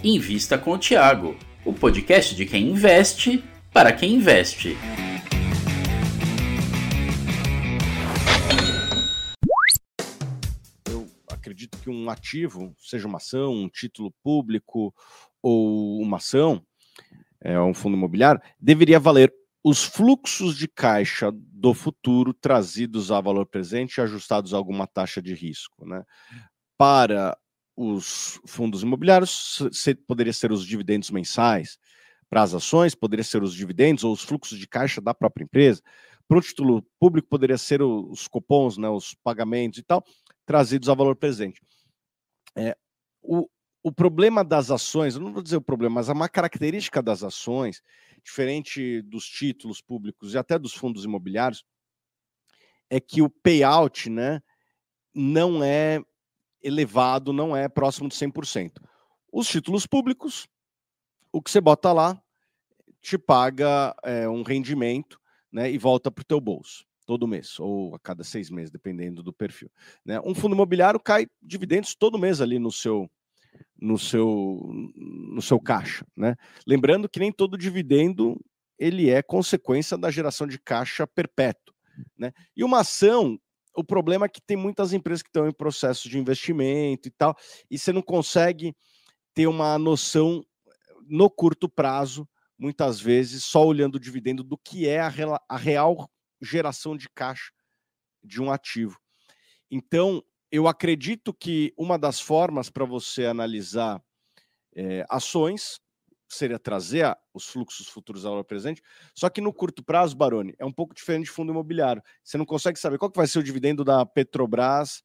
Invista com o Thiago, o podcast de quem investe para quem investe. Eu acredito que um ativo, seja uma ação, um título público ou uma ação, um fundo imobiliário, deveria valer os fluxos de caixa do futuro trazidos a valor presente e ajustados a alguma taxa de risco, né? Para os fundos imobiliários, poderia ser os dividendos mensais. Para as ações, poderia ser os dividendos ou os fluxos de caixa da própria empresa. Para o título público, poderia ser os cupons, né, os pagamentos e tal, trazidos a valor presente. O problema das ações, eu não vou dizer o problema, mas uma característica das ações, diferente dos títulos públicos e até dos fundos imobiliários, é que o payout, né, não é elevado, não é próximo de 100%. Os títulos públicos, o que você bota lá, te paga um rendimento, né, e volta para o teu bolso todo mês, ou a cada 6 meses, dependendo do perfil, né? Um fundo imobiliário cai dividendos todo mês ali no seu caixa, né? Lembrando que nem todo dividendo ele é consequência da geração de caixa perpétuo, né? E uma ação, o problema é que tem muitas empresas que estão em processo de investimento e tal, e você não consegue ter uma noção no curto prazo, muitas vezes, só olhando o dividendo, do que é a real geração de caixa de um ativo. Então, eu acredito que uma das formas para você analisar ações seria trazer os fluxos futuros ao valor presente, só que no curto prazo, Baroni, é um pouco diferente de fundo imobiliário. Você não consegue saber qual que vai ser o dividendo da Petrobras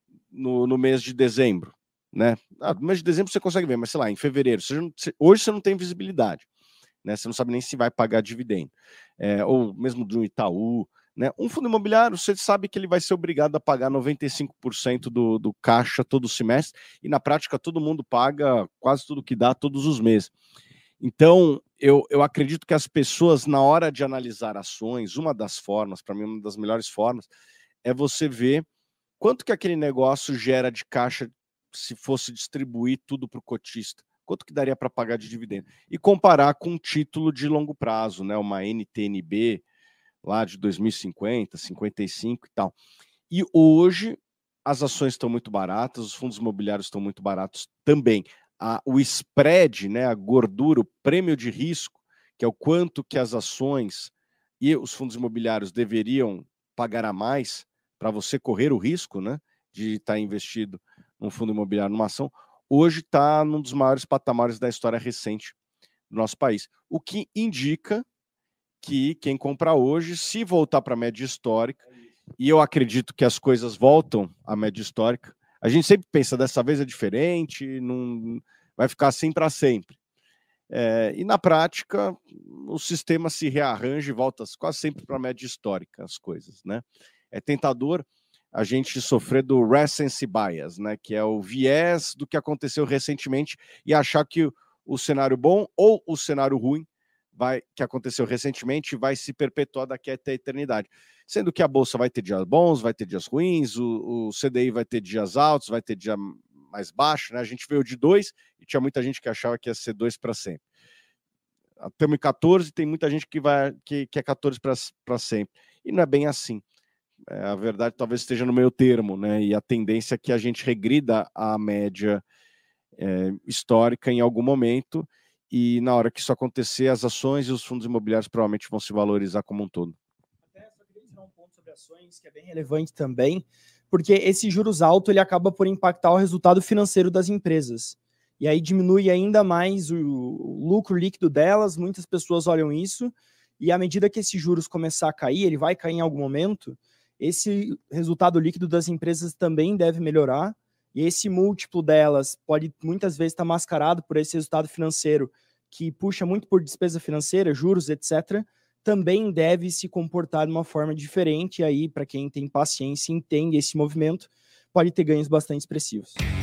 no mês de dezembro, né? No mês de dezembro você consegue ver, mas sei lá, em fevereiro, hoje você não tem visibilidade, né? Você não sabe nem se vai pagar dividendo, ou mesmo de um Itaú, né? Um fundo imobiliário, você sabe que ele vai ser obrigado a pagar 95% do caixa todo semestre, e na prática todo mundo paga quase tudo que dá todos os meses. Então, eu acredito que as pessoas, na hora de analisar ações, uma das formas, para mim, uma das melhores formas, é você ver quanto que aquele negócio gera de caixa se fosse distribuir tudo para o cotista. Quanto que daria para pagar de dividendo? E comparar com um título de longo prazo, né? Uma NTNB lá de 2050, 55 e tal. E hoje as ações estão muito baratas, os fundos imobiliários estão muito baratos também. O spread, né, a gordura, o prêmio de risco, que é o quanto que as ações e os fundos imobiliários deveriam pagar a mais para você correr o risco, né, de estar investido num fundo imobiliário, numa ação, hoje está num dos maiores patamares da história recente do nosso país. O que indica que quem compra hoje, se voltar para a média histórica, e eu acredito que as coisas voltam à média histórica, a gente sempre pensa, dessa vez é diferente, não vai ficar assim para sempre. E na prática, o sistema se rearranja e volta quase sempre para a média histórica, as coisas, né? É tentador a gente sofrer do recency bias, né? Que é o viés do que aconteceu recentemente e achar que o cenário bom ou o cenário ruim que aconteceu recentemente vai se perpetuar daqui até a eternidade. Sendo que a Bolsa vai ter dias bons, vai ter dias ruins, o CDI vai ter dias altos, vai ter dia mais baixo, né? A gente veio de 2 e tinha muita gente que achava que ia ser 2 para sempre. Estamos em 14, tem muita gente que é 14 para sempre. E não é bem assim. A verdade talvez esteja no meio termo, né? E a tendência é que a gente regrida à média histórica em algum momento, e na hora que isso acontecer, as ações e os fundos imobiliários provavelmente vão se valorizar como um todo. Até só queria tirar um ponto sobre ações, que é bem relevante também, porque esse juros alto ele acaba por impactar o resultado financeiro das empresas. E aí diminui ainda mais o lucro líquido delas, muitas pessoas olham isso, e à medida que esses juros começar a cair, ele vai cair em algum momento, esse resultado líquido das empresas também deve melhorar, e esse múltiplo delas pode muitas vezes estar mascarado por esse resultado financeiro que puxa muito por despesa financeira, juros, etc., também deve se comportar de uma forma diferente, e aí, para quem tem paciência e entende esse movimento, pode ter ganhos bastante expressivos.